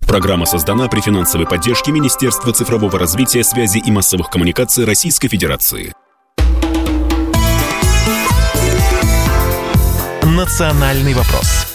Программа создана при финансовой поддержке Министерства цифрового развития, связи и массовых коммуникаций Российской Федерации. «Национальный вопрос».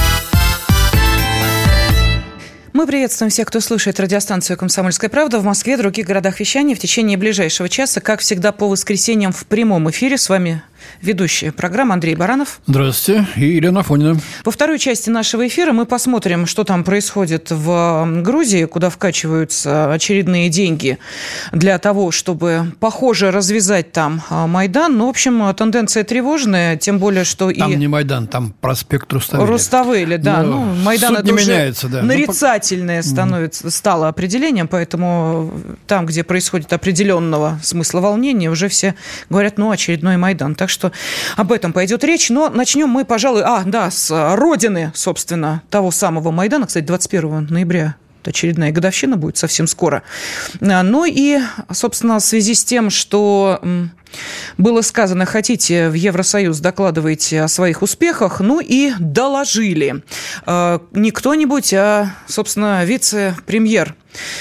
Мы приветствуем всех, кто слушает радиостанцию «Комсомольская правда» в Москве, в других городах вещания. В течение ближайшего часа, как всегда, по воскресеньям в прямом эфире. С вами ведущая программы Андрей Баранов. Здравствуйте. И Елена Афонина. Во второй части нашего эфира мы посмотрим, что там происходит в Грузии, куда вкачиваются очередные деньги для того, чтобы, похоже, развязать там Майдан. Ну, в общем, тенденция тревожная, тем более, что там не Майдан, там проспект Руставели. Руставели, да. Ну, Майдан это уже меняется, да. нарицательное стало определением, поэтому там, где происходит определенного смысла волнения, уже все говорят, очередной Майдан. Так что об этом пойдет речь. Но начнем мы, пожалуй, с родины, собственно, того самого Майдана. Кстати, 21 ноября очередная годовщина будет совсем скоро. Ну и, собственно, в связи с тем, что было сказано, хотите в Евросоюз, докладывайте о своих успехах, и доложили. Не кто-нибудь, а, собственно, вице-премьер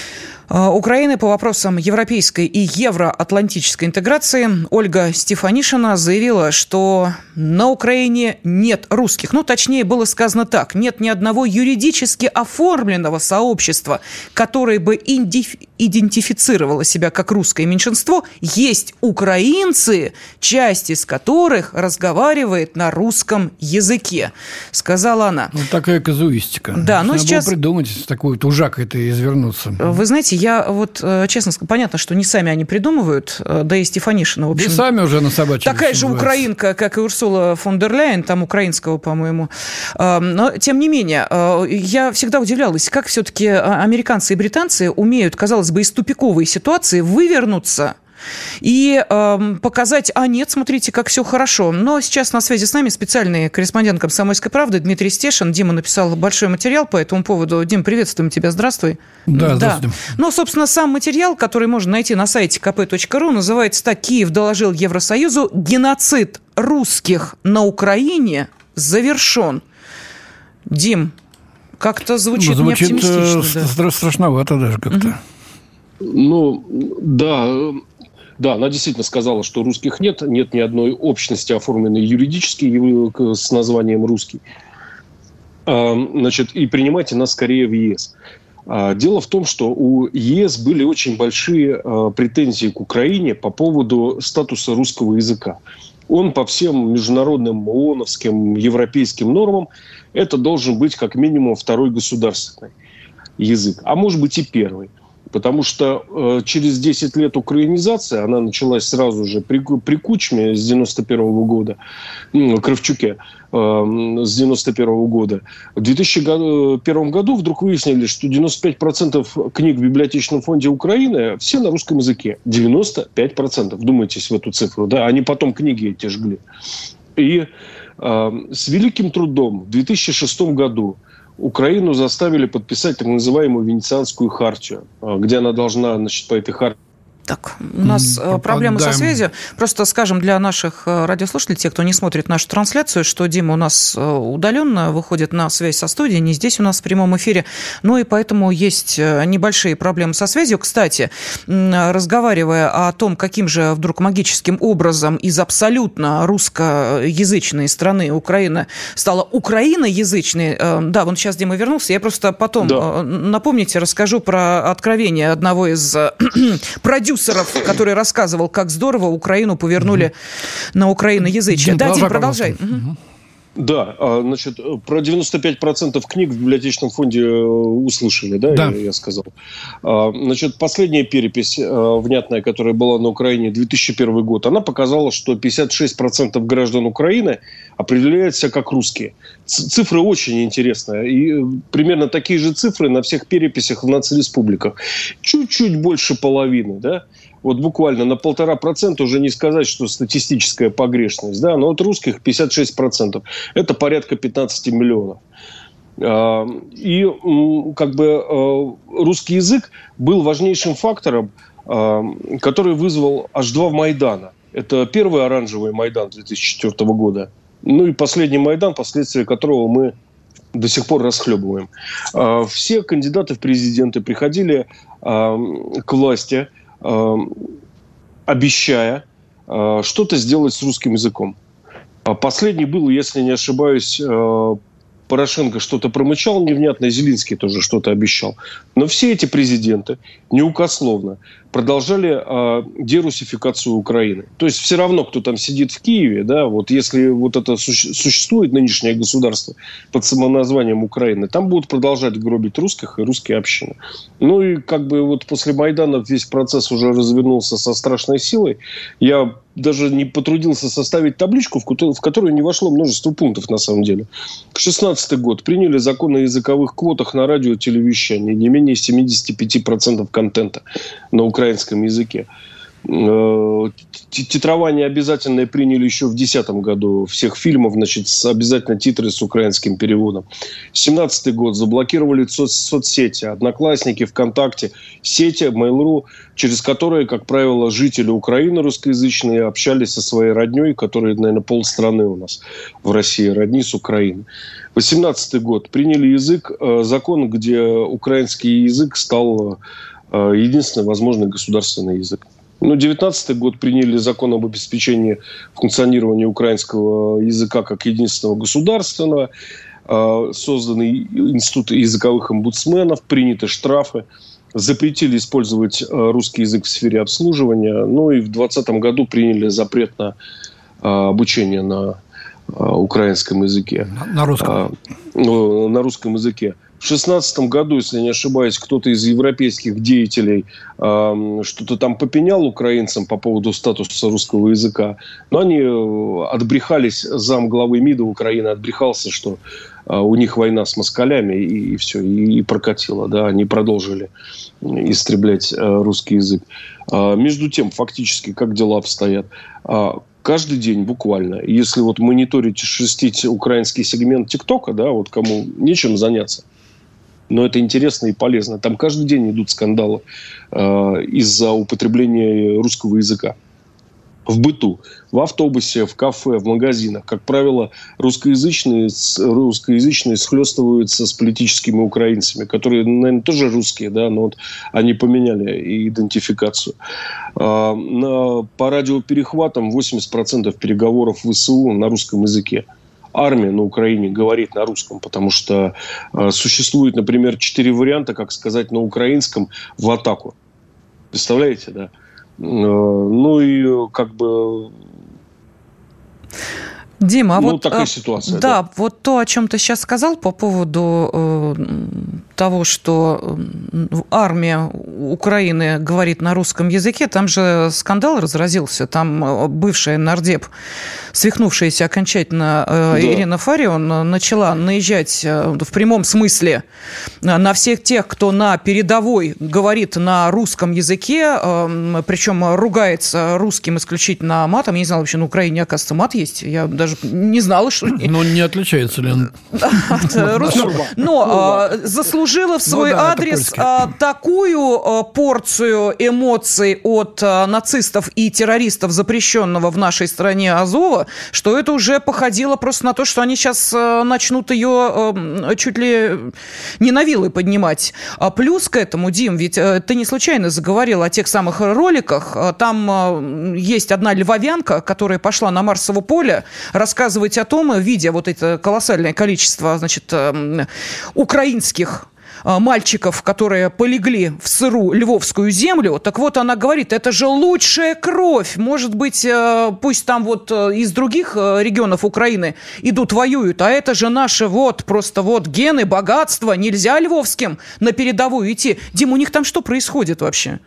Украины по вопросам европейской и евроатлантической интеграции Ольга Стефанишина заявила, что на Украине нет русских. Точнее, было сказано так. Нет ни одного юридически оформленного сообщества, которое бы идентифицировало себя как русское меньшинство. Есть украинцы, часть из которых разговаривает на русском языке, сказала она. Такая казуистика. Да, но сейчас... Надо было придумать такую тужак это извернуться. Вы знаете, я честно скажу, понятно, что не сами они придумывают, да и Стефанишина, в общем... Да сами уже насобачились. Такая же украинка, как и Урсула фон дер Ляйен, там украинского, по-моему. Но, тем не менее, я всегда удивлялась, как все-таки американцы и британцы умеют, казалось бы, из тупиковой ситуации вывернуться и показать, нет, смотрите, как все хорошо. Но сейчас на связи с нами специальный корреспондент «Комсомольской правды» Дмитрий Стешин. Дима написал большой материал по этому поводу. Дим, приветствуем тебя, здравствуй. Да, здравствуйте. Собственно, сам материал, который можно найти на сайте kp.ru, называется так: «Киев доложил Евросоюзу, геноцид русских на Украине завершен». Дим, как-то звучит неоптимистично. Звучит страшновато даже как-то. Да, она действительно сказала, что русских нет ни одной общности, оформленной юридически с названием «русский». И принимайте нас скорее в ЕС. Дело в том, что у ЕС были очень большие претензии к Украине по поводу статуса русского языка. Он по всем международным, ООНовским, европейским нормам это должен быть как минимум второй государственный язык, а может быть и первый. Потому что через 10 лет украинизации, она началась сразу же при Кучме с 91 года, Кравчуке с 91 года. В 2001 году вдруг выяснили, что 95% книг в библиотечном фонде Украины все на русском языке. 95%. Вдумайтесь в эту цифру. Да? Они потом книги эти жгли. И с великим трудом в 2006 году Украину заставили подписать так называемую Венецианскую хартию, где она должна, по этой хартии... Так, у нас проблемы со связью. Просто скажем для наших радиослушателей, те, кто не смотрит нашу трансляцию, что Дима у нас удаленно выходит на связь со студией, не здесь у нас в прямом эфире. И поэтому есть небольшие проблемы со связью. Кстати, разговаривая о том, каким же вдруг магическим образом из абсолютно русскоязычной страны Украина стала украиноязычной. Да, вон сейчас Дима вернулся. Я просто потом, напомните, расскажу про откровение одного из продюсеров, который рассказывал, как здорово Украину повернули на украиноязычие. Да, Дим, продолжай. Да, про 95% книг в библиотечном фонде услышали, да. Я сказал. Последняя перепись внятная, которая была на Украине, 2001 год, она показала, что 56% граждан Украины определяют себя как русские. Цифры очень интересные. И примерно такие же цифры на всех переписях в нацреспубликах. Чуть-чуть больше половины, да. Буквально на 1,5% уже не сказать, что статистическая погрешность, да, но русских 56%. Это порядка 15 миллионов. И русский язык был важнейшим фактором, который вызвал аж 2 Майдана. Это первый оранжевый Майдан 2004 года, и последний Майдан, последствия которого мы До сих пор расхлебываем. Все кандидаты в президенты приходили к власти, обещая что-то сделать с русским языком. Последний был, если не ошибаюсь, Порошенко что-то промычал невнятно, Зеленский тоже что-то обещал. Но все эти президенты неукословно продолжали дерусификацию Украины. То есть все равно, кто там сидит в Киеве, да, вот если вот это существует нынешнее государство под самоназванием Украины, там будут продолжать гробить русских и русские общины. Ну и как бы вот после Майдана весь процесс уже развернулся со страшной силой. Я даже не потрудился составить табличку, в которую не вошло множество пунктов на самом деле. 2016 год. Приняли закон о языковых квотах на радио и телевещании. Не менее 75% контента на украинском языке. Титрование обязательное приняли еще в 2010 году всех фильмов, значит, обязательно титры с украинским переводом. 2017 год. Заблокировали соцсети, Одноклассники, ВКонтакте, сети, Mail.ru, через которые, как правило, жители Украины русскоязычные общались со своей родней, которые, наверное, полстраны у нас в России родни с Украины. 2018 год. Приняли закон, где украинский язык стал единственный возможный государственный язык. 2019 год приняли закон об обеспечении функционирования украинского языка как единственного государственного. Созданы институты языковых омбудсменов, приняты штрафы. Запретили использовать русский язык в сфере обслуживания. Ну и в 2020 году приняли запрет на обучение на украинском языке. На русском. На русском языке. В 2016 году, если не ошибаюсь, кто-то из европейских деятелей что-то там попенял украинцам по поводу статуса русского языка. Но они отбрехались, замглавы МИДа Украины отбрехался, что у них война с москалями, и все, и прокатило. Да? Они продолжили истреблять русский язык. Между тем, фактически, как дела обстоят? Каждый день буквально, если вот мониторить, шерстить украинский сегмент ТикТока, да, вот кому нечем заняться, но это интересно и полезно. Там каждый день идут скандалы из-за употребления русского языка. В быту, в автобусе, в кафе, в магазинах. Как правило, русскоязычные схлестываются с политическими украинцами, которые, наверное, тоже русские, да, но вот они поменяли идентификацию. По радиоперехватам 80% переговоров в ВСУ на русском языке. Армия на Украине говорит на русском, потому что существует, например, 4 варианта, как сказать на украинском в атаку. Представляете, да? Ну и как бы... Дима, а вот такая ситуация. Да, вот то, о чем ты сейчас сказал по поводу того, что армия Украины говорит на русском языке, там же скандал разразился, там бывшая нардеп, свихнувшаяся окончательно Ирина Фарион, начала наезжать в прямом смысле на всех тех, кто на передовой говорит на русском языке, причем ругается русским исключительно матом. Я не знала, вообще на Украине, оказывается, мат есть. Я даже не знала, что... Но не отличается ли он? Но заслужила в свой адрес такую порцию эмоций от нацистов и террористов, запрещенного в нашей стране Азова, что это уже походило просто на то, что они сейчас начнут ее чуть ли не на вилы поднимать. Плюс к этому, Дим, ведь ты не случайно заговорил о тех самых роликах. Там есть одна львовянка, которая пошла на Марсово поле рассказывать о том, видя вот это колоссальное количество, значит, украинских мальчиков, которые полегли в сыру львовскую землю, так вот она говорит, это же лучшая кровь, может быть, пусть там вот из других регионов Украины идут, воюют, а это же наши вот, просто вот гены, богатство, нельзя львовским на передовую идти. Дим, у них там что происходит вообще?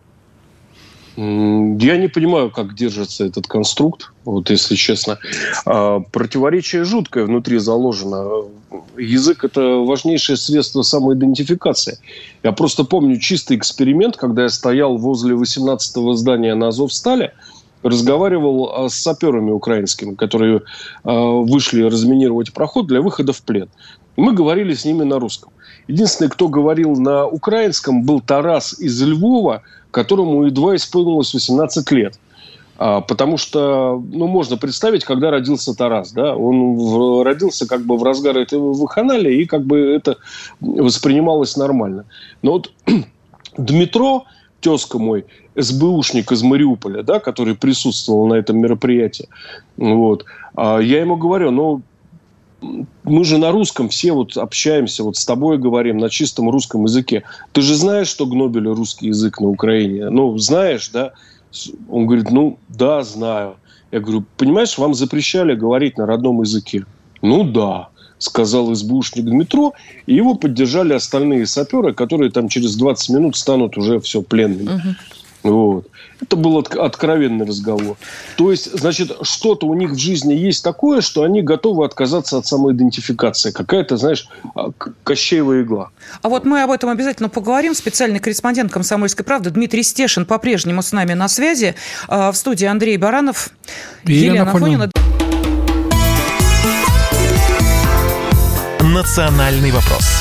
Я не понимаю, как держится этот конструкт, вот если честно. Противоречие жуткое внутри заложено. Язык – это важнейшее средство самоидентификации. Я просто помню чистый эксперимент, когда я стоял возле 18-го здания на Азовстале, разговаривал с саперами украинскими, которые вышли разминировать проход для выхода в плен. Мы говорили с ними на русском. Единственный, кто говорил на украинском, был Тарас из Львова, которому едва исполнилось 18 лет. Потому что, можно представить, когда родился Тарас, да, он родился как бы в разгар этого вакханалии, и как бы это воспринималось нормально. Но вот Дмитро, тезка мой, СБУшник из Мариуполя, да, который присутствовал на этом мероприятии, я ему говорю, мы же на русском все общаемся, с тобой говорим на чистом русском языке. Ты же знаешь, что гнобили русский язык на Украине? Знаешь, да? Он говорит, да, знаю. Я говорю, понимаешь, вам запрещали говорить на родном языке. Да, сказал СБУшник Дмитро, и его поддержали остальные саперы, которые там через 20 минут станут уже все пленными. Это был откровенный разговор. То есть, значит, что-то у них в жизни есть такое, что они готовы отказаться от самоидентификации. Какая-то, знаешь, Кощеева игла. А мы об этом обязательно поговорим. Специальный корреспондент «Комсомольской правды» Дмитрий Стешин по-прежнему с нами на связи. В студии Андрей Баранов, Елена Афонина. Национальный вопрос.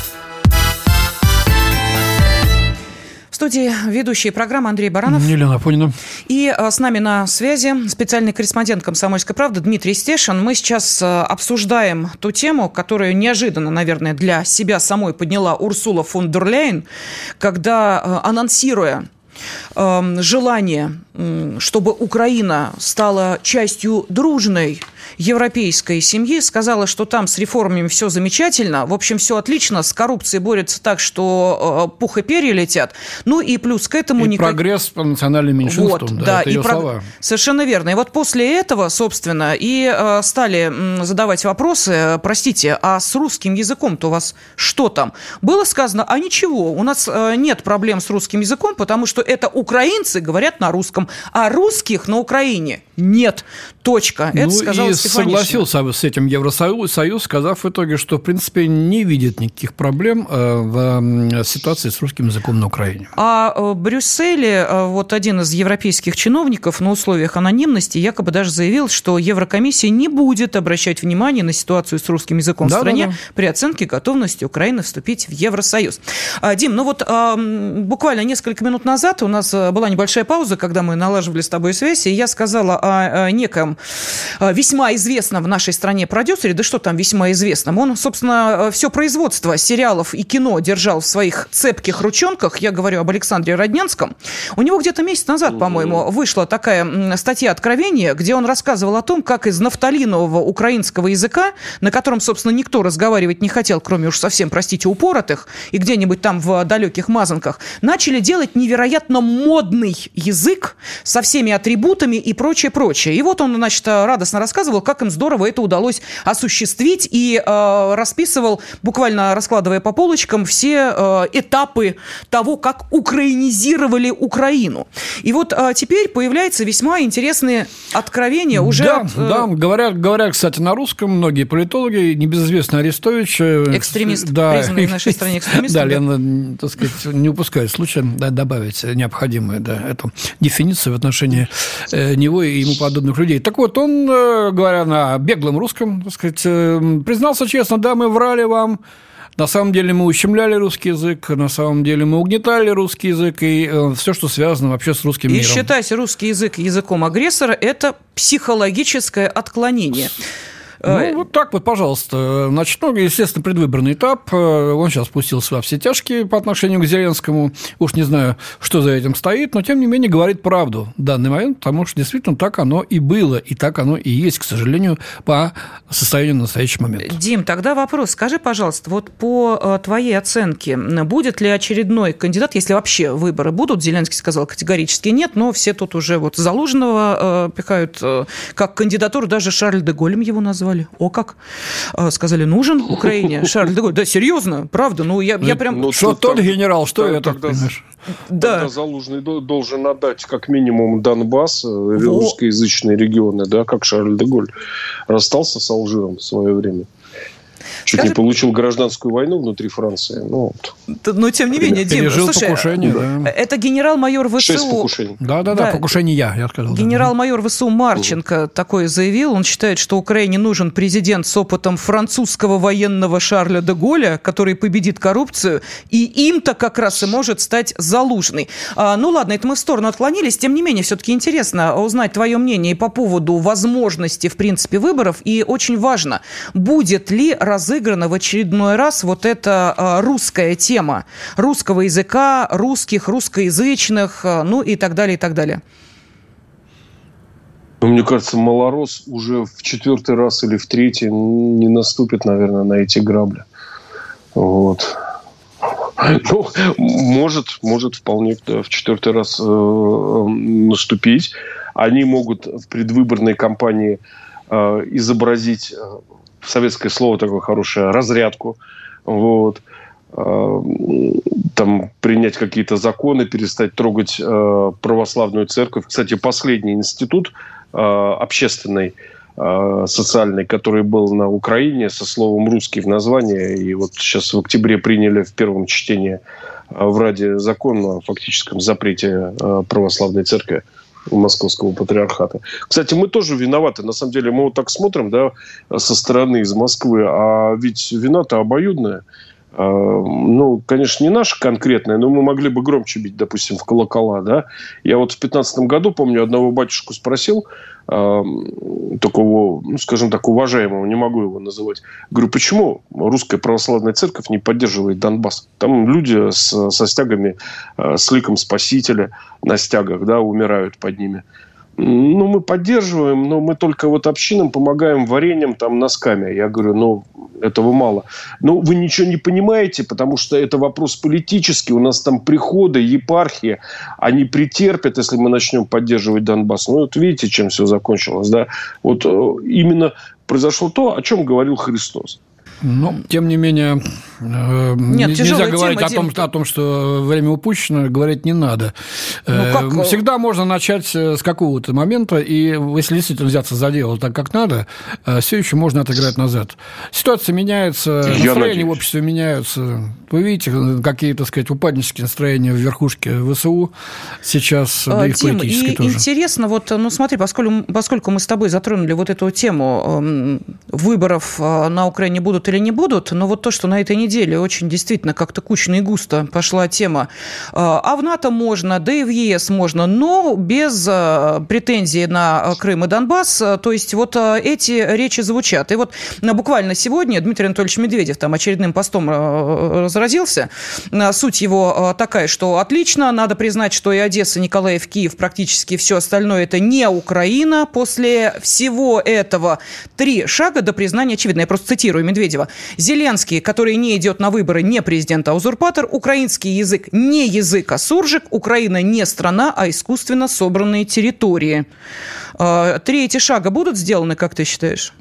В студии ведущие программы Андрей Баранов. Елена Афонина. И с нами на связи специальный корреспондент «Комсомольской правды» Дмитрий Стешин. Мы сейчас обсуждаем ту тему, которую неожиданно, наверное, для себя самой подняла Урсула фон дер Ляйен, когда, анонсируя желание, чтобы Украина стала частью дружной европейской семьи, сказала, что там с реформами все замечательно, в общем, все отлично, с коррупцией борются так, что пух и перья летят. И плюс к этому... прогресс по национальным меньшинствам, это ее слова. Совершенно верно. И после этого, собственно, и стали задавать вопросы, простите, а с русским языком-то у вас что там? Было сказано, а ничего, у нас нет проблем с русским языком, потому что это украинцы говорят на русском, а русских на Украине нет. Точка. Это сказала Стефанишина. Согласился с этим Евросоюз, сказав в итоге, что, в принципе, не видит никаких проблем в ситуации с русским языком на Украине. А в Брюсселе один из европейских чиновников на условиях анонимности якобы даже заявил, что Еврокомиссия не будет обращать внимание на ситуацию с русским языком в стране при оценке готовности Украины вступить в Евросоюз. Дим, буквально несколько минут назад у нас была небольшая пауза, когда мы налаживали с тобой связь, и я сказала о неком весьма известном в нашей стране продюсере, да что там весьма известном, он, собственно, все производство сериалов и кино держал в своих цепких ручонках, я говорю об Александре Роднянском. У него где-то месяц назад, по-моему, вышла такая статья «Откровение», где он рассказывал о том, как из нафталинового украинского языка, на котором, собственно, никто разговаривать не хотел, кроме уж совсем, простите, упоротых, и где-нибудь там в далеких мазанках, начали делать невероятно модный язык со всеми атрибутами и прочее. И он, значит, радостно рассказывал, как им здорово это удалось осуществить, и расписывал, буквально раскладывая по полочкам, все этапы того, как украинизировали Украину. И теперь появляются весьма интересные откровения уже... Говорят, кстати, на русском многие политологи, небезызвестный Арестович... Экстремист, признанный в нашей стране экстремистом. Да, Лена, так сказать, не упускает случая добавить необходимую эту дефиницию в отношении него и ему подобных людей. Так вот, он, говоря на беглом русском, так сказать, признался честно, да, мы врали вам, на самом деле мы ущемляли русский язык, на самом деле мы угнетали русский язык и все, что связано вообще с русским миром. И считать русский язык языком агрессора – это психологическое отклонение. Пожалуйста. Значит, естественно, предвыборный этап. Он сейчас спустился во все тяжкие по отношению к Зеленскому. Уж не знаю, что за этим стоит, но, тем не менее, говорит правду в данный момент, потому что, действительно, так оно и было, и так оно и есть, к сожалению, по состоянию на настоящий момент. Дим, тогда вопрос. Скажи, пожалуйста, по твоей оценке, будет ли очередной кандидат, если вообще выборы будут? Зеленский сказал категорически нет, но все тут уже Залужного пихают как кандидатуру, даже Шарль де Голлем его назвали. О, как? Сказали, нужен Украине Шарль де Голль. Да, серьезно, правда. Я прям... Что тот генерал, что это? Тогда Залужный должен отдать как минимум Донбасс, русскоязычные регионы, да, как Шарль де Голль расстался с Алжиром в свое время. Чуть не получил гражданскую войну внутри Франции. Но тем не менее, Дим, слушай, покушение, это генерал-майор ВСУ... 6 покушений. Да, покушение я сказал. Генерал-майор ВСУ Марченко такое заявил. Он считает, что Украине нужен президент с опытом французского военного Шарля де Голля, который победит коррупцию, и им-то как раз и может стать Залужный. Ну ладно, это мы в сторону отклонились. Тем не менее, все-таки интересно узнать твое мнение по поводу возможности, в принципе, выборов. И очень важно, будет ли разыграна в очередной раз вот эта русская тема русского языка, русских, русскоязычных, ну и так далее, и так далее. Мне кажется, малорос уже в 4-й раз или в 3-й не наступит, наверное, на эти грабли. Вот. Ну, может вполне в 4-й раз наступить. Они могут в предвыборной кампании изобразить, советское слово такое хорошее, разрядку. Вот. Там принять какие-то законы, перестать трогать православную церковь. Кстати, последний институт общественный, социальный, который был на Украине со словом «русский» в названии. И вот сейчас в октябре приняли в первом чтении в Раде закон о фактическом запрете православной церкви Московского патриархата. Кстати, мы тоже виноваты. На самом деле мы вот так смотрим, да, со стороны из Москвы, а ведь вина-то обоюдная. Ну, конечно, не наша конкретная, но мы могли бы громче бить, допустим, в колокола, да. Я вот в 2015 году, помню, одного батюшку спросил, такого, ну, скажем так, уважаемого, не могу его называть. Говорю, почему Русская Православная Церковь не поддерживает Донбасс? Там люди со стягами, с ликом Спасителя на стягах, да, умирают под ними. Ну, мы поддерживаем, но мы только вот общинам помогаем вареньем, там, носками. Я говорю, ну, этого мало. Ну, вы ничего не понимаете, потому что это вопрос политический. У нас там приходы, епархии, они претерпят, если мы начнем поддерживать Донбасс. Ну, вот видите, чем все закончилось, да? Вот именно произошло то, о чем говорил Христос. Но, тем не менее, нельзя говорить о том, что время упущено, говорить не надо. Всегда можно начать с какого-то момента, и если действительно взяться за дело так, как надо, все еще можно отыграть назад. Ситуация меняется, настроения в обществе меняются. Вы видите, какие, так сказать, упаднические настроения в верхушке ВСУ сейчас, да и в политической тоже. Интересно, вот, ну смотри, поскольку мы с тобой затронули вот эту тему выборов на Украине будут или не будут, но вот то, что на этой неделе очень действительно как-то кучно и густо пошла тема, а в НАТО можно, да и в ЕС можно, но без претензий на Крым и Донбасс, то есть вот эти речи звучат. И вот буквально сегодня Дмитрий Анатольевич Медведев там очередным постом разразился. Суть его такая, что отлично, надо признать, что и Одесса, Николаев, Киев, практически все остальное это не Украина. После всего этого 3 шага до признания очевидно. Я просто цитирую Медведева. Зеленский, который не идет на выборы, не президент, а узурпатор. Украинский язык не язык, а суржик. Украина не страна, а искусственно собранные территории. 3 эти шага будут сделаны, как ты считаешь?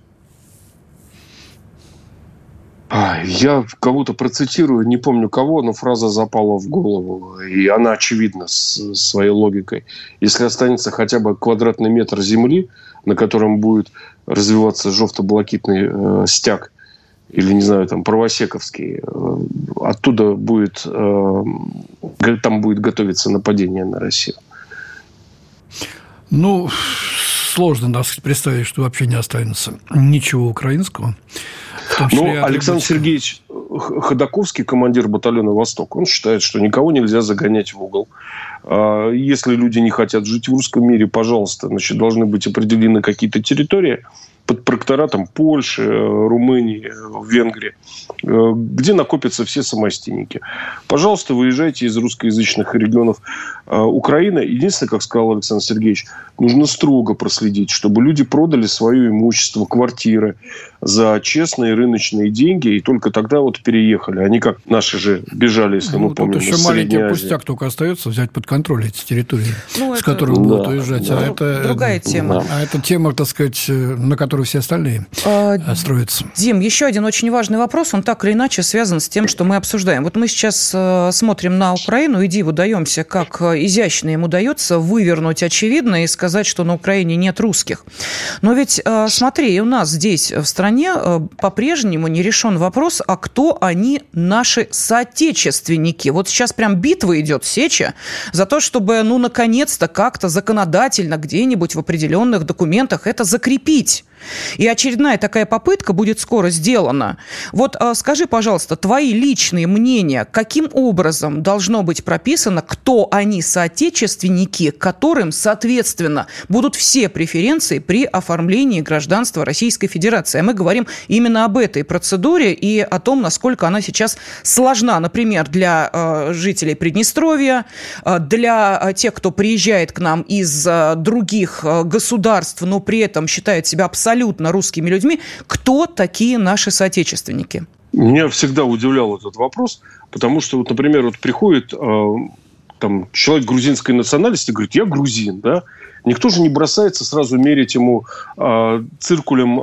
Я кого-то процитирую, не помню кого, но фраза запала в голову. И она очевидна своей логикой. Если останется хотя бы квадратный метр земли, на котором будет развиваться жовто-блакитный стяг, или, не знаю, там, правосековский, оттуда будет, там будет готовиться нападение на Россию. Ну, сложно, так сказать, представить, что вообще не останется ничего украинского. Ну, Александр Сергеевич Ходаковский, командир батальона «Восток», он считает, что никого нельзя загонять в угол. Если люди не хотят жить в русском мире, пожалуйста, значит, должны быть определены какие-то территории под протекторатом Польши, Румынии, Венгрии, где накопятся все самостийники. Пожалуйста, выезжайте из русскоязычных регионов Украины. Единственное, как сказал Александр Сергеевич, нужно строго проследить, чтобы люди продали свое имущество, квартиры за честные рыночные деньги, и только тогда вот переехали. Они как наши же бежали, если мы помним, тут еще маленький пустяк только остается взять под контроль эти территории, с которых будут уезжать. Да. Это другая тема. А это тема, так сказать, на которую все остальные строятся. Дим, еще один очень важный вопрос, он так или иначе связан с тем, что мы обсуждаем. Вот мы сейчас смотрим на Украину и диву даемся, как изящно им удается вывернуть очевидное и сказать, что на Украине нет русских. Но ведь, смотри, и у нас здесь, в стране, стране по-прежнему не решен вопрос, а кто они наши соотечественники. Вот сейчас прям битва идет, сеча, за то, чтобы, наконец-то как-то законодательно где-нибудь в определенных документах это закрепить. И очередная такая попытка будет скоро сделана. Вот скажи, пожалуйста, твои личные мнения, каким образом должно быть прописано, кто они соотечественники, которым, соответственно, будут все преференции при оформлении гражданства Российской Федерации. Мы говорим именно об этой процедуре и о том, насколько она сейчас сложна, например, для жителей Приднестровья, для тех, кто приезжает к нам из других государств, но при этом считает себя абсолютно русскими людьми. Кто такие наши соотечественники? Меня всегда удивлял этот вопрос, потому что, например, приходит человек грузинской национальности и говорит, я грузин, да? Никто же не бросается сразу мерить ему циркулем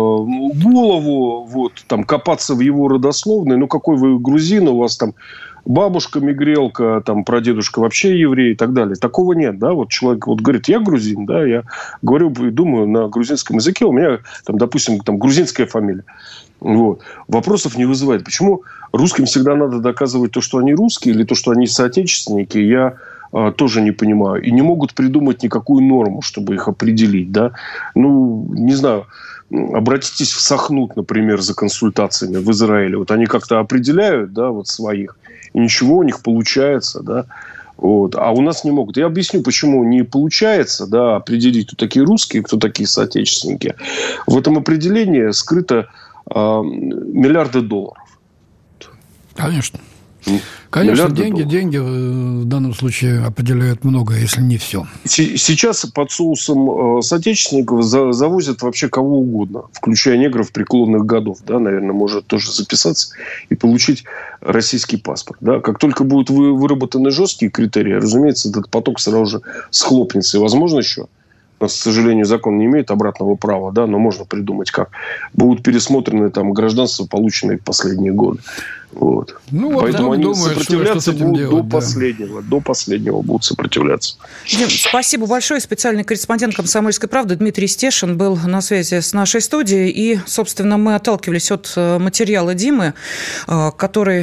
голову, копаться в его родословной. Какой вы грузин, у вас там бабушка мигрелка, прадедушка вообще еврей и так далее. Такого нет, да? Человек говорит, я грузин, да, я говорю и думаю на грузинском языке, у меня, допустим, грузинская фамилия. Вопросов не вызывает. Почему русским всегда надо доказывать то, что они русские, или то, что они соотечественники, я тоже не понимаю. И не могут придумать никакую норму, чтобы их определить, да? Не знаю, обратитесь в Сахнут, например, за консультациями в Израиле. Они как-то определяют, да, своих, и ничего у них получается, да. А у нас не могут. Я объясню, почему не получается, да, определить, кто такие русские, кто такие соотечественники. В этом определении скрыто миллиарды долларов. Конечно. Конечно, деньги в данном случае определяют много, если не все. Сейчас под соусом соотечественников завозят вообще кого угодно, включая негров преклонных годов. Да, наверное, может тоже записаться и получить российский паспорт. Да. Как только будут выработаны жесткие критерии, разумеется, этот поток сразу же схлопнется. И, возможно, еще, у нас, к сожалению, закон не имеет обратного права, да, но можно придумать как. Будут пересмотрены гражданства, полученные в последние годы. Поэтому они сопротивляться будут до последнего будут сопротивляться. Дим, спасибо большое. Специальный корреспондент «Комсомольской правды» Дмитрий Стешин был на связи с нашей студией. И, собственно, мы отталкивались от материала Димы, который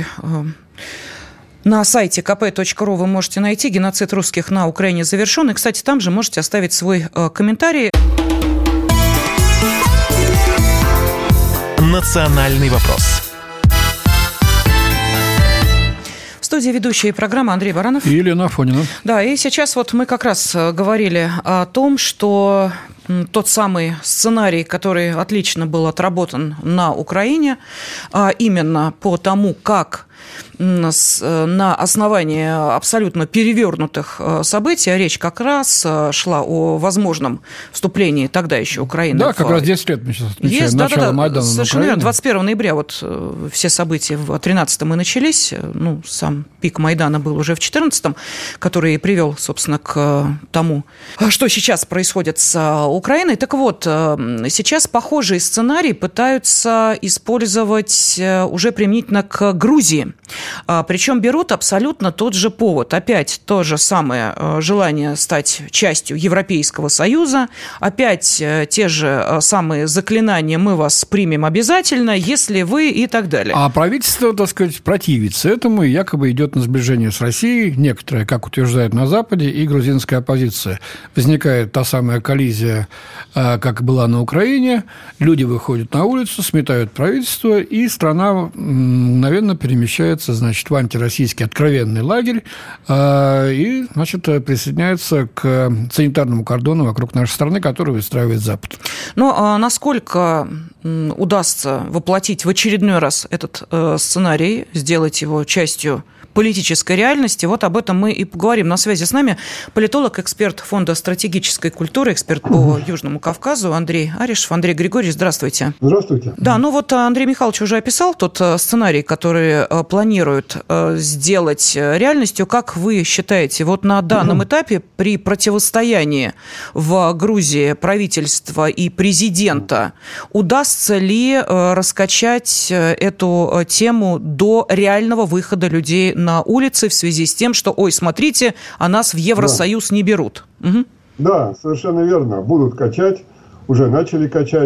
на сайте kp.ru вы можете найти. Геноцид русских на Украине завершен. И, кстати, там же можете оставить свой комментарий. «Национальный вопрос». В студии ведущие программы Андрей Баранов и Елена Афонина. Да, и сейчас мы как раз говорили о том, что тот самый сценарий, который отлично был отработан на Украине, именно по тому, как на основании абсолютно перевернутых событий, речь как раз шла о возможном вступлении тогда еще Украины. Да, как раз 10 лет мы сейчас отмечаем начало Майдана на Украине. 21 ноября все события в 13-м и начались. Сам пик Майдана был уже в 14-м, который и привел, собственно, к тому, что сейчас происходит с Украиной. Так вот, сейчас похожий сценарий пытаются использовать уже применительно к Грузии. Причем берут абсолютно тот же повод. Опять то же самое желание стать частью Европейского Союза. Опять те же самые заклинания «мы вас примем обязательно, если вы» и так далее. А правительство, противится этому и якобы идет на сближение с Россией. Некоторые, как утверждают на Западе, и грузинская оппозиция. Возникает та самая коллизия, как была на Украине. Люди выходят на улицу, сметают правительство, и страна мгновенно перемещается, в антироссийский откровенный лагерь и, присоединяется к санитарному кордону вокруг нашей страны, который выстраивает Запад. Но насколько удастся воплотить в очередной раз этот сценарий, сделать его частью политической реальности, об этом мы и поговорим. На связи с нами политолог, эксперт Фонда стратегической культуры, эксперт по Южному Кавказу Андрей Аришев. Андрей Григорьевич, здравствуйте. Здравствуйте. Да, Андрей Михайлович уже описал тот сценарий, который планирует сделать реальностью. Как вы считаете, на данном этапе при противостоянии в Грузии правительства и президента удастся ли раскачать эту тему до реального выхода людей на улице в связи с тем, что, смотрите, а нас в Евросоюз не берут? Да, совершенно верно. Будут качать, уже начали качать.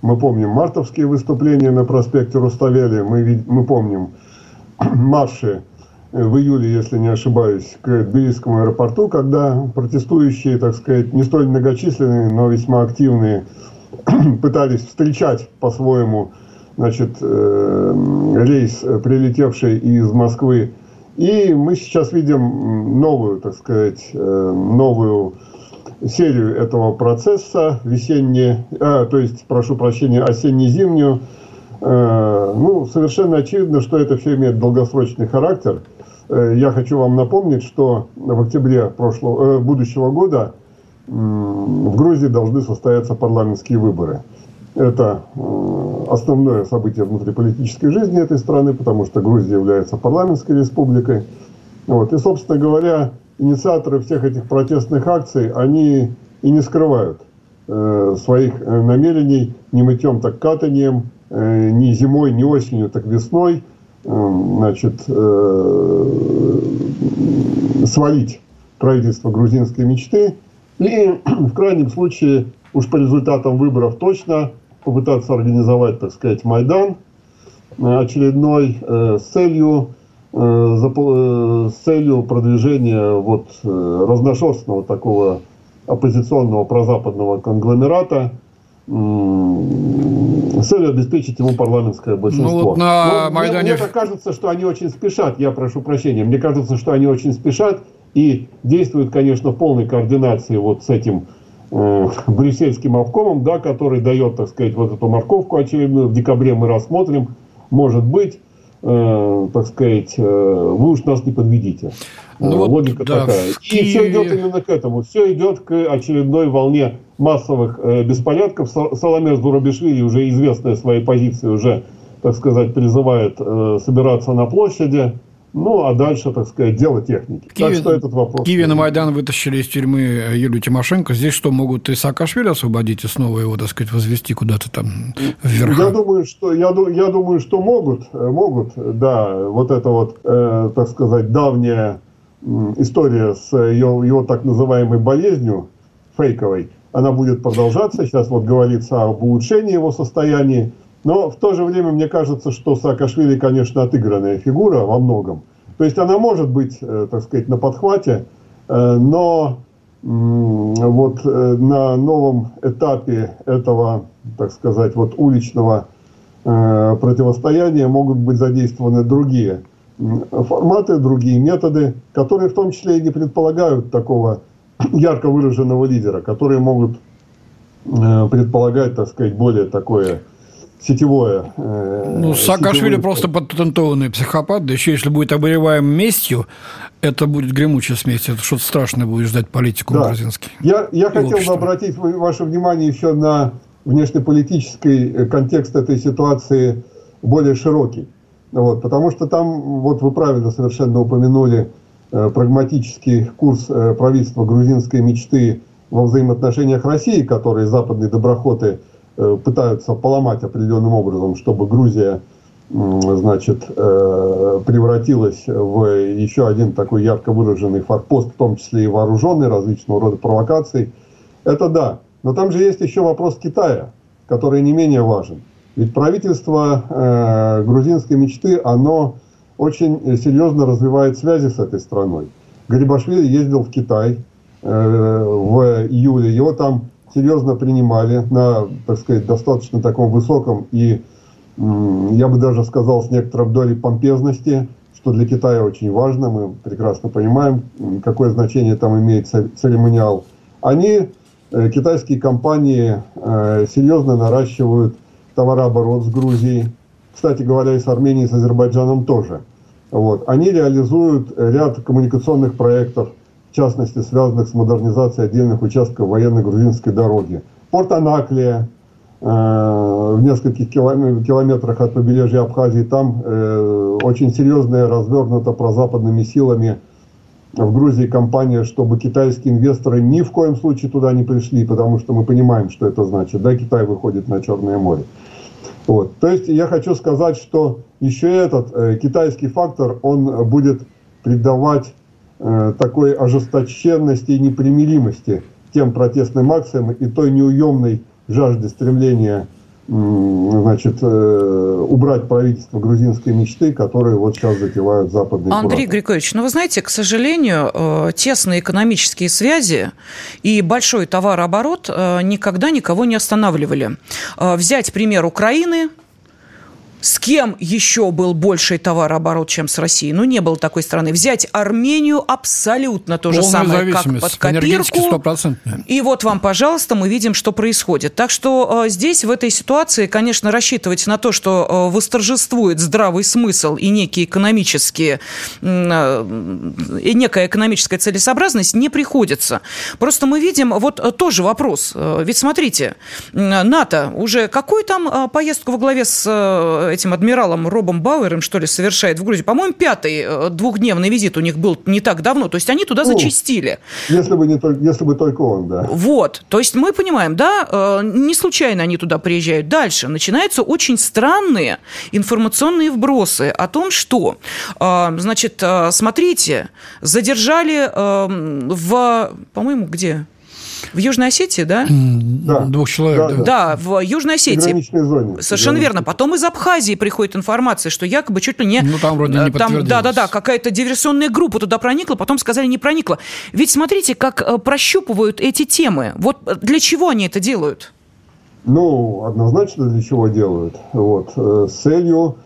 Мы помним мартовские выступления на проспекте Руставели, мы помним марши в июле, если не ошибаюсь, к Тбилисскому аэропорту, когда протестующие, так сказать, не столь многочисленные, но весьма активные, пытались встречать по-своему, значит, рейс, прилетевший из Москвы. И мы сейчас видим новую, так сказать, новую серию этого процесса, осенне-зимнюю. Совершенно очевидно, что это все имеет долгосрочный характер. Я хочу вам напомнить, что в октябре будущего года в Грузии должны состояться парламентские выборы. Это основное событие внутриполитической жизни этой страны, потому что Грузия является парламентской республикой. И, собственно говоря, инициаторы всех этих протестных акций, они и не скрывают своих намерений ни мытьем, так катанием, ни зимой, ни осенью, так весной, свалить правительство грузинской мечты и в крайнем случае, уж по результатам выборов точно, попытаться организовать, так сказать, Майдан очередной с целью продвижения разношерстного такого оппозиционного прозападного конгломерата, с целью обеспечить ему парламентское большинство. Мне кажется, что они очень спешат, я прошу прощения, мне кажется, что они очень спешат и действуют, конечно, в полной координации с этим брюссельским обкомом, да, который дает, так сказать, эту морковку очередную. В декабре мы рассмотрим, может быть, так сказать, вы уж нас не подведите. Логика такая. И все идет именно к этому. Все идет к очередной волне массовых беспорядков. Саломе Зурабишвили, уже известная своей позиции, уже, так сказать, призывает собираться на площади. А дальше, так сказать, дело техники. Так что этот вопрос... В Киеве на Майдан вытащили из тюрьмы Юлию Тимошенко. Здесь что, могут и Саакашвили освободить и снова его, так сказать, возвести куда-то там вверх? Я думаю, что могут, да. Так сказать, давняя история с его так называемой болезнью фейковой, она будет продолжаться. Сейчас говорится об улучшении его состояния. Но в то же время мне кажется, что Саакашвили, конечно, отыгранная фигура во многом. То есть она может быть, так сказать, на подхвате, но на новом этапе этого, так сказать, уличного противостояния могут быть задействованы другие форматы, другие методы, которые в том числе и не предполагают такого ярко выраженного лидера, которые могут предполагать, так сказать, более такое... сетевое. Саакашвили просто патентованный психопат, да еще если будет обуреваем местью, это будет гремучая смесь, это что-то страшное будет ждать политику грузинский. Я хотел бы обратить ваше внимание еще на внешнеполитический контекст этой ситуации более широкий. Потому что там, вы правильно совершенно упомянули, прагматический курс правительства грузинской мечты во взаимоотношениях России, которые западные доброхоты пытаются поломать определенным образом, чтобы Грузия, превратилась в еще один такой ярко выраженный форпост, в том числе и вооруженный, различного рода провокаций. Это да. Но там же есть еще вопрос Китая, который не менее важен. Ведь правительство грузинской мечты, оно очень серьезно развивает связи с этой страной. Гарибашвили ездил в Китай в июле, его там серьезно принимали на, так сказать, достаточно таком высоком и, я бы даже сказал, с некоторой долей помпезности, что для Китая очень важно. Мы прекрасно понимаем, какое значение там имеет церемониал. Китайские компании, серьезно наращивают товарооборот с Грузией. Кстати говоря, и с Арменией, и с Азербайджаном тоже. Они реализуют ряд коммуникационных проектов, в частности, связанных с модернизацией отдельных участков военной грузинской дороги. Порт Анаклия, в нескольких километрах от побережья Абхазии, там очень серьезная развернута прозападными силами в Грузии кампания, чтобы китайские инвесторы ни в коем случае туда не пришли, потому что мы понимаем, что это значит. Да, Китай выходит на Черное море. То есть я хочу сказать, что еще этот китайский фактор, он будет придавать такой ожесточенности и непримиримости тем протестным акциям и той неуемной жажде стремления значит, убрать правительство грузинской мечты, которые вот сейчас затевают западные кураторы. Андрей Григорьевич, вы знаете, к сожалению, тесные экономические связи и большой товарооборот никогда никого не останавливали. Взять пример Украины. С кем еще был больший товарооборот, чем с Россией? Не было такой страны. Взять Армению, абсолютно то же самое, как под копирку. И вот вам, пожалуйста, мы видим, что происходит. Так что здесь, в этой ситуации, конечно, рассчитывать на то, что восторжествует здравый смысл и некая экономическая целесообразность, не приходится. Просто мы видим, вот тоже вопрос. Ведь смотрите, НАТО уже какую там поездку во главе с этим адмиралом Робом Бауэром, что ли, совершает в Грузию. По-моему, 5-й двухдневный визит у них был не так давно. То есть они туда зачастили. Если бы только он, да. Вот. То есть мы понимаем, да, не случайно они туда приезжают. Дальше начинаются очень странные информационные вбросы о том, что, значит, смотрите, задержали по-моему, где? В Южной Осетии, да? Да. 2 человек. Да, в Южной Осетии. В пограничной зоне. Совершенно верно. Потом из Абхазии приходит информация, что якобы чуть ли не... там вроде не подтвердилось. Да, какая-то диверсионная группа туда проникла, потом сказали, не проникла. Ведь смотрите, как прощупывают эти темы. Вот для чего они это делают? Однозначно для чего делают. С целью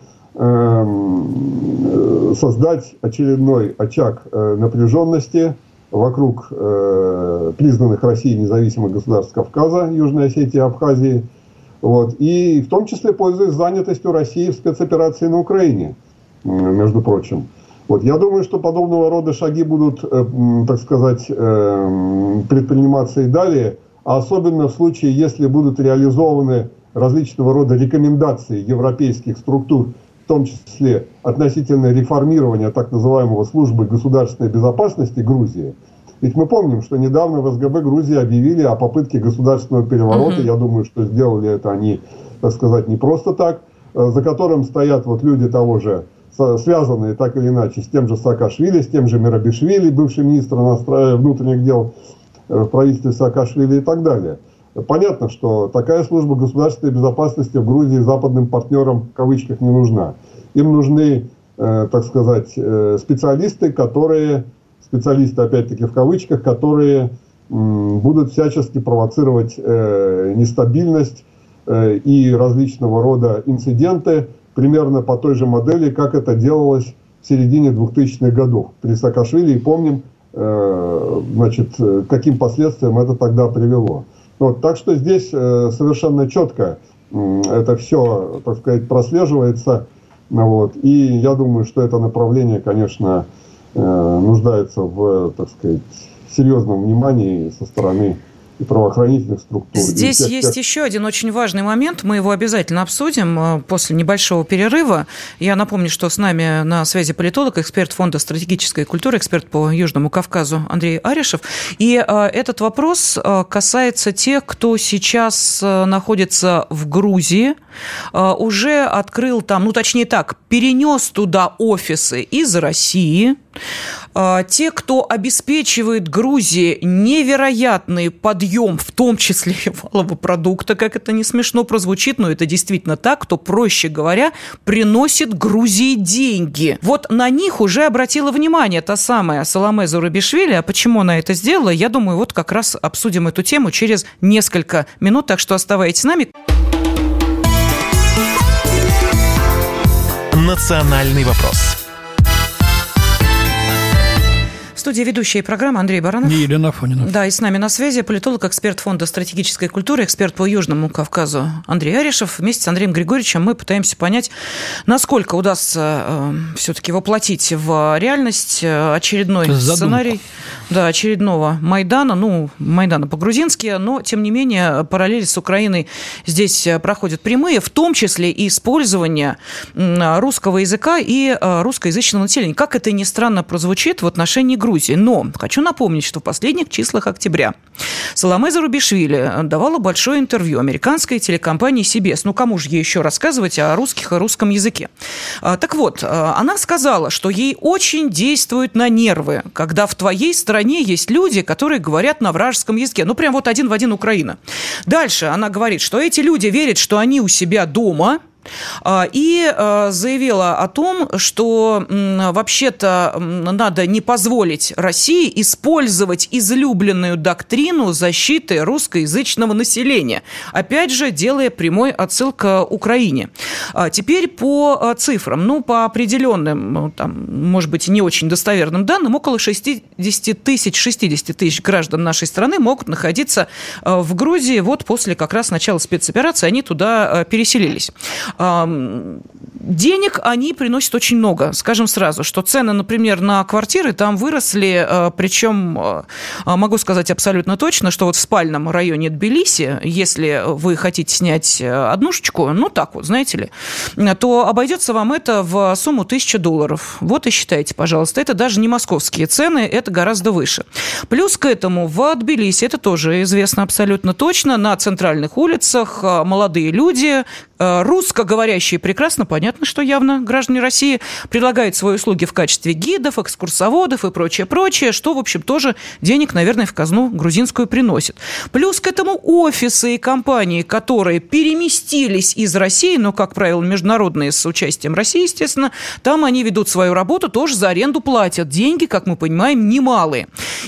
создать очередной очаг напряженности вокруг признанных Россией независимых государств Кавказа, Южной Осетии и Абхазии, и в том числе пользуясь занятостью России в спецоперации на Украине, между прочим. Я думаю, что подобного рода шаги будут, так сказать, предприниматься и далее, а особенно в случае, если будут реализованы различного рода рекомендации европейских структур, в том числе относительно реформирования так называемого службы государственной безопасности Грузии. Ведь мы помним, что недавно в СГБ Грузии объявили о попытке государственного переворота. Я думаю, что сделали это они, так сказать, не просто так, за которым стоят люди того же, связанные так или иначе с тем же Саакашвили, с тем же Мерабишвили, бывший министр внутренних дел в правительстве Саакашвили и так далее. Понятно, что такая служба государственной безопасности в Грузии западным партнерам в кавычках не нужна. Им нужны, так сказать, специалисты опять-таки в кавычках, которые будут всячески провоцировать нестабильность и различного рода инциденты примерно по той же модели, как это делалось в середине 2000-х годов при Саакашвили. И помним, каким последствиям это тогда привело. Так что здесь совершенно четко это все, так сказать, прослеживается. И я думаю, что это направление, конечно, нуждается в, так сказать, серьезном внимании со стороны и правоохранительных структур. Здесь есть еще один очень важный момент. Мы его обязательно обсудим после небольшого перерыва. Я напомню, что с нами на связи политолог, эксперт Фонда стратегической культуры, эксперт по Южному Кавказу Андрей Аришев. И этот вопрос касается тех, кто сейчас находится в Грузии, уже открыл там, перенес туда офисы из России. Те, кто обеспечивает Грузии невероятный подъем, в том числе и валового продукта, как это не смешно прозвучит, но это действительно так, кто, проще говоря, приносит Грузии деньги. На них уже обратила внимание та самая Саломе Зурабишвили. А почему она это сделала, я думаю, как раз обсудим эту тему через несколько минут, так что оставайтесь с нами. Национальный вопрос. В студии ведущая программы Андрей Баранов. И Елена Афонина. Да, и с нами на связи политолог, эксперт Фонда стратегической культуры, эксперт по Южному Кавказу Андрей Аришев. Вместе с Андреем Григорьевичем мы пытаемся понять, насколько удастся все-таки воплотить в реальность очередной сценарий очередного Майдана, Майдана по-грузински, но, тем не менее, параллели с Украиной здесь проходят прямые, в том числе и использование русского языка и русскоязычного населения. Как это ни странно прозвучит в отношении Грузии. Грузии. Но хочу напомнить, что в последних числах октября Саломе Зурабишвили давала большое интервью американской телекомпании CBS. Ну, кому же ей еще рассказывать о русских и русском языке? Так вот, она сказала, что ей очень действует на нервы, когда в твоей стране есть люди, которые говорят на вражеском языке. Ну, прям вот один в один Украина. Дальше она говорит, что эти люди верят, что они у себя дома, и заявила о том, что вообще-то надо не позволить России использовать излюбленную доктрину защиты русскоязычного населения. Опять же, делая прямой отсыл к Украине. Теперь по цифрам. Ну, по определенным, там, может быть, не очень достоверным данным, около 60 тысяч граждан нашей страны могут находиться в Грузии. Вот после как раз начала спецоперации они туда переселились. Денег они приносят очень много. Скажем сразу, что цены, например, на квартиры там выросли, причем могу сказать абсолютно точно, что вот в спальном районе Тбилиси, если вы хотите снять однушечку, ну так вот, знаете ли, то обойдется вам это в сумму $1000. Вот и считайте, пожалуйста. Это даже не московские цены, это гораздо выше. Плюс к этому в Тбилиси, это тоже известно абсолютно точно, на центральных улицах молодые люди, русскоговорящие прекрасно, понятно, что явно граждане России предлагают свои услуги в качестве гидов, экскурсоводов и прочее, что, в общем, тоже денег, наверное, в казну грузинскую приносит. Плюс к этому офисы и компании, которые переместились из России, но, как правило, международные с участием России, естественно, там они ведут свою работу, тоже за аренду платят. Деньги, как мы понимаем, немалые.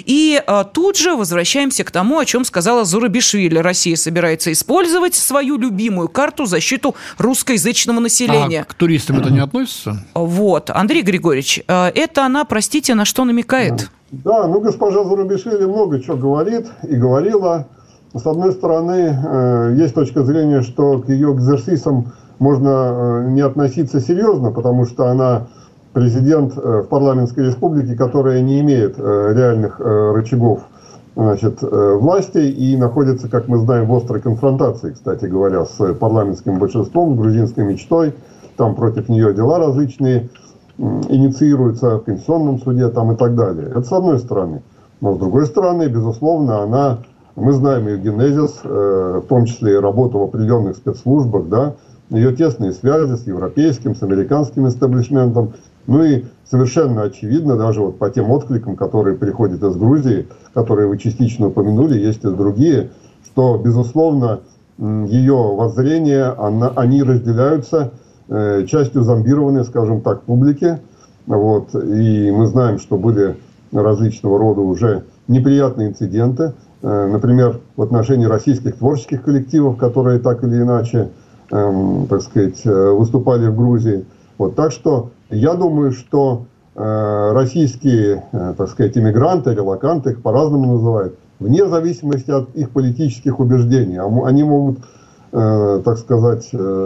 И тут же возвращаемся к тому, о чем сказала Зурабишвили. Россия собирается использовать свою любимую карту защиты русскоязычного населения. А к туристам это не относится? Вот. Андрей Григорьевич, это она, простите, на что намекает? Да, госпожа Зурабишвили много чего говорит и говорила. С одной стороны, есть точка зрения, что к ее экзерсисам можно не относиться серьезно, потому что она президент в парламентской республике, которая не имеет реальных рычагов, значит, власти и находится, как мы знаем, в острой конфронтации, кстати говоря, с парламентским большинством, грузинской мечтой. Там против нее дела различные инициируются в Конституционном суде там, и так далее. Это с одной стороны. Но с другой стороны, безусловно, мы знаем ее генезис, в том числе и работу в определенных спецслужбах, да, ее тесные связи с европейским, с американским истеблишментом. Ну и совершенно очевидно, даже вот по тем откликам, которые приходят из Грузии, которые вы частично упомянули, есть и другие, что, безусловно, ее воззрения, они разделяются частью зомбированной, скажем так, публики. Вот. И мы знаем, что были различного рода уже неприятные инциденты, например, в отношении российских творческих коллективов, которые так или иначе, так сказать, выступали в Грузии. Вот. Так что я думаю, что российские, так сказать, иммигранты, релоканты, их по-разному называют, вне зависимости от их политических убеждений. Они могут, так сказать,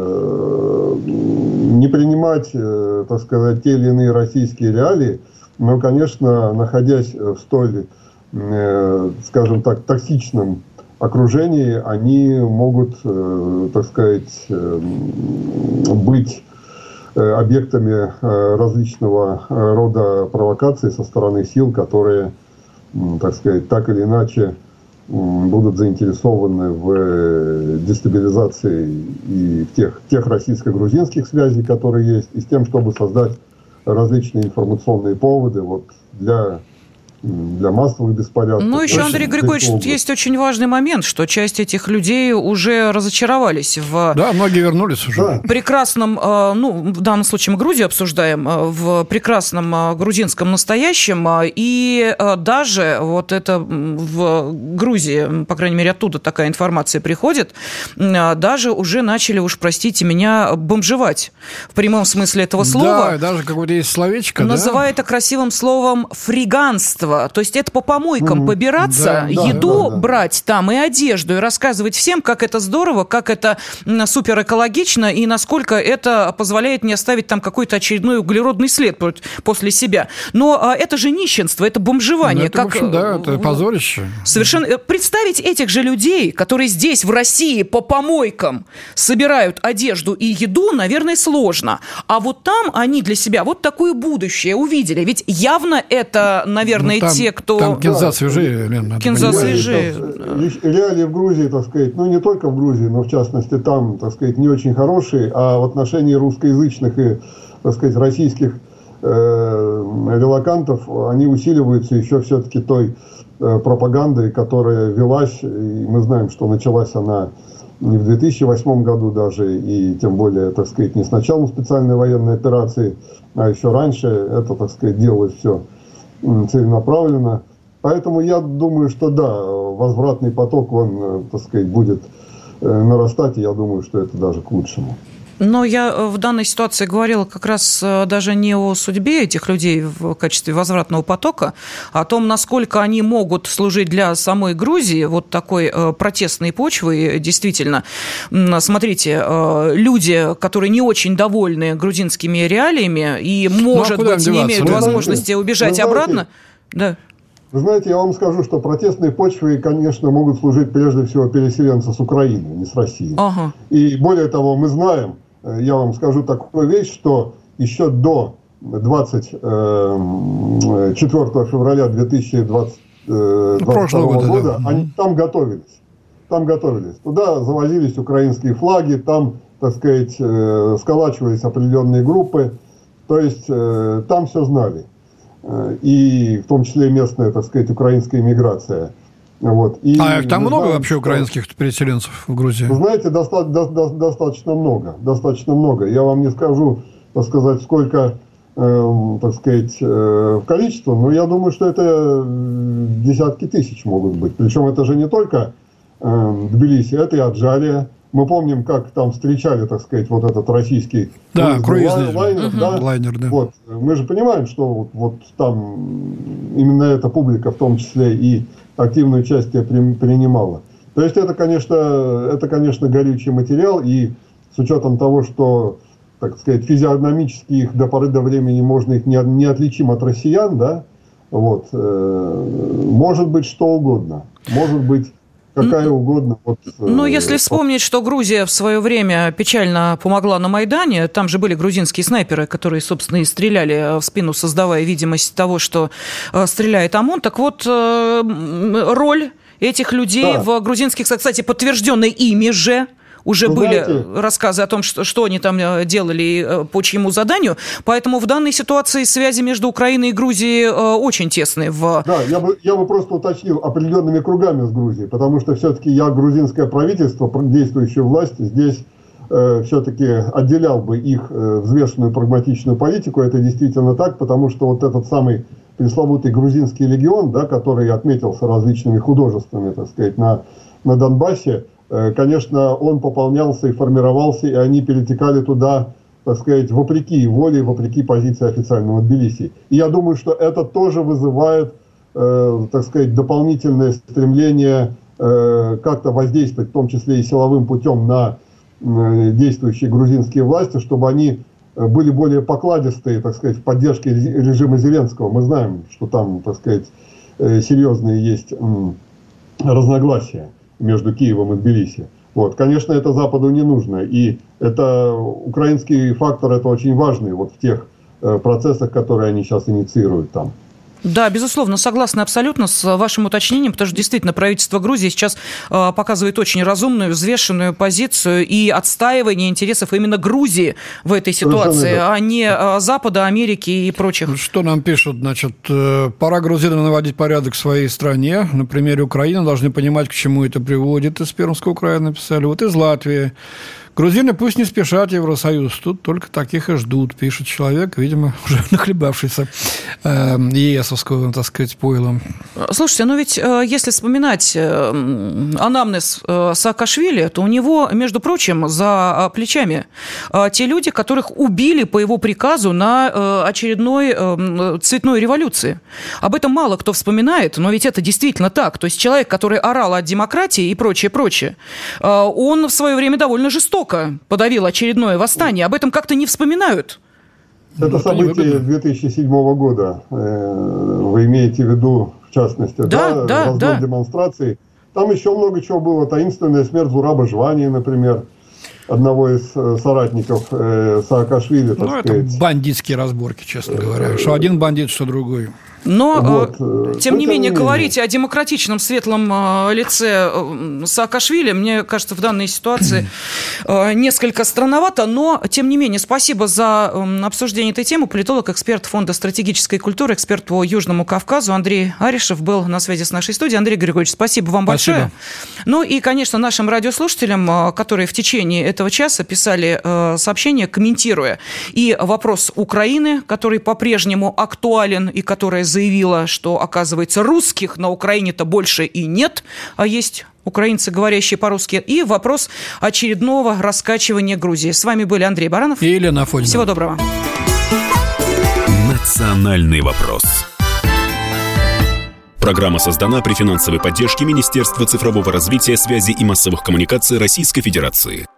не принимать, так сказать, те или иные российские реалии, но, конечно, находясь в столь, скажем так, токсичном окружении, они могут, так сказать, быть объектами различного рода провокаций со стороны сил, которые, так сказать, так или иначе будут заинтересованы в дестабилизации и тех российско-грузинских связей, которые есть, и с тем, чтобы создать различные информационные поводы вот, для массовых беспорядков. Ну, еще, Андрей Григорьевич, тут есть очень важный момент, что часть этих людей уже разочаровались в... Да, многие вернулись уже. Прекрасном, ну, в данном случае мы Грузию обсуждаем, в прекрасном грузинском настоящем, и даже вот это в Грузии, по крайней мере, оттуда такая информация приходит, даже уже начали, уж простите меня, бомжевать в прямом смысле этого слова. Да, даже какое-то есть словечко. Называя это красивым словом «фриганство». То есть это по помойкам побираться, еду брать там и одежду, и рассказывать всем, как это здорово, как это супер экологично, и насколько это позволяет не оставить там какой-то очередной углеродный след после себя. Но это же нищенство, это бомжевание. Это, в общем, да, это позорище. Совершенно. Представить этих же людей, которые здесь, в России, по помойкам собирают одежду и еду, наверное, сложно. А вот там они для себя вот такое будущее увидели. Ведь явно это, наверное, действительно те, кто... Там кинза свежее, Лена. Кинза свежее. Реалии в Грузии, так сказать, ну не только в Грузии, но в частности там, так сказать, не очень хорошие, а в отношении русскоязычных и, так сказать, российских релокантов, они усиливаются еще все-таки той пропагандой, которая велась, и мы знаем, что началась она не в 2008 году даже, и тем более, так сказать, не с началом специальной военной операции, а еще раньше. Это, так сказать, делалось все целенаправленно. Поэтому я думаю, что да, возвратный поток, он, так сказать, будет нарастать, и я думаю, что это даже к лучшему. Но я в данной ситуации говорила как раз даже не о судьбе этих людей в качестве возвратного потока, а о том, насколько они могут служить для самой Грузии вот такой протестной почвой. Действительно, смотрите, люди, которые не очень довольны грузинскими реалиями и, может быть, не имеют возможности убежать обратно. Да. Вы знаете, я вам скажу, что протестные почвы, конечно, могут служить прежде всего переселенцы с Украины, не с России. Ага. И более того, мы знаем, я вам скажу такую вещь, что еще до 24 февраля 2022 года они там готовились. Туда завозились украинские флаги, там, так сказать, сколачивались определенные группы. То есть там все знали. И в том числе местная, так сказать, украинская иммиграция. Вот. И там много вообще украинских переселенцев в Грузии? Вы знаете, достаточно много. Я вам не скажу, так сказать, сколько, так сказать, в количестве, но я думаю, что это десятки тысяч могут быть. Причем это же не только Тбилиси, это и Аджария. Мы помним, как там встречали, так сказать, вот этот российский круизный лайнер. Да. Вот. Мы же понимаем, что вот там именно эта публика в том числе и активное участие принимала. То есть это, конечно, горючий материал, и с учетом того, что, так сказать, физиогномически их до поры до времени можно их не отличим от россиян, да, вот, может быть что угодно, может быть какая угодно. Но если вспомнить, что Грузия в свое время печально помогла на Майдане, там же были грузинские снайперы, которые, собственно, и стреляли в спину, создавая видимость того, что стреляет ОМОН. Так вот, роль этих людей в грузинских, кстати, подтвержденной ими же, уже были рассказы о том, что они там делали и по чьему заданию. Поэтому в данной ситуации связи между Украиной и Грузией очень тесные. Да, я бы просто уточнил определенными кругами с Грузией, потому что все-таки я грузинское правительство, действующую власть, здесь все-таки отделял бы их взвешенную прагматичную политику. Это действительно так, потому что вот этот самый пресловутый грузинский легион, да, который отметился различными художествами, так сказать, на Донбассе, конечно, он пополнялся и формировался, и они перетекали туда, так сказать, вопреки воле, вопреки позиции официального Тбилиси. И я думаю, что это тоже вызывает, так сказать, дополнительное стремление как-то воздействовать, в том числе и силовым путем, на действующие грузинские власти, чтобы они были более покладистые, так сказать, в поддержке режима Зеленского. Мы знаем, что там, так сказать, серьезные есть разногласия между Киевом и Тбилиси. Вот. Конечно, это Западу не нужно. И это украинский фактор, это очень важный вот в тех процессах, которые они сейчас инициируют там. Да, безусловно, согласна абсолютно с вашим уточнением, потому что действительно правительство Грузии сейчас показывает очень разумную, взвешенную позицию и отстаивание интересов именно Грузии в этой ситуации, а не Запада, Америки и прочих. Что нам пишут? Значит, пора грузинам наводить порядок в своей стране. На примере Украины должны понимать, к чему это приводит. Из Пермской Украины написали. Вот из Латвии. Грузины пусть не спешат в Евросоюз, тут только таких и ждут, пишет человек, видимо, уже нахлебавшийся ЕСовского, так сказать, пойлом. Слушайте, ну ведь если вспоминать анамнез Саакашвили, то у него, между прочим, за плечами те люди, которых убили по его приказу на очередной цветной революции. Об этом мало кто вспоминает, но ведь это действительно так. То есть человек, который орал о демократии и прочее, он в свое время довольно жесток подавил очередное восстание. Об этом как-то не вспоминают. Это событие 2007 года. Вы имеете в виду, в частности, раздор демонстраций. Там еще много чего было. Таинственная смерть Зураба Жвании, например. одного из соратников Саакашвили, так сказать. Это бандитские разборки, честно говоря. Что один бандит, что другой. Но, тем не менее, говорить о демократичном светлом лице Саакашвили, мне кажется, в данной ситуации несколько странновато, но, тем не менее, спасибо за обсуждение этой темы. Политолог, эксперт Фонда стратегической культуры, эксперт по Южному Кавказу Андрей Аришев был на связи с нашей студией. Андрей Григорьевич, спасибо вам большое. Ну и, конечно, нашим радиослушателям, которые в течение этого часа писали сообщения, комментируя и вопрос Украины, который по-прежнему актуален и который заявила, что, оказывается, русских на Украине-то больше и нет, а есть украинцы, говорящие по-русски, и вопрос очередного раскачивания Грузии. С вами были Андрей Баранов и Елена Афонина. Всего доброго. Национальный вопрос. Программа создана при финансовой поддержке Министерства цифрового развития, связи и массовых коммуникаций Российской Федерации.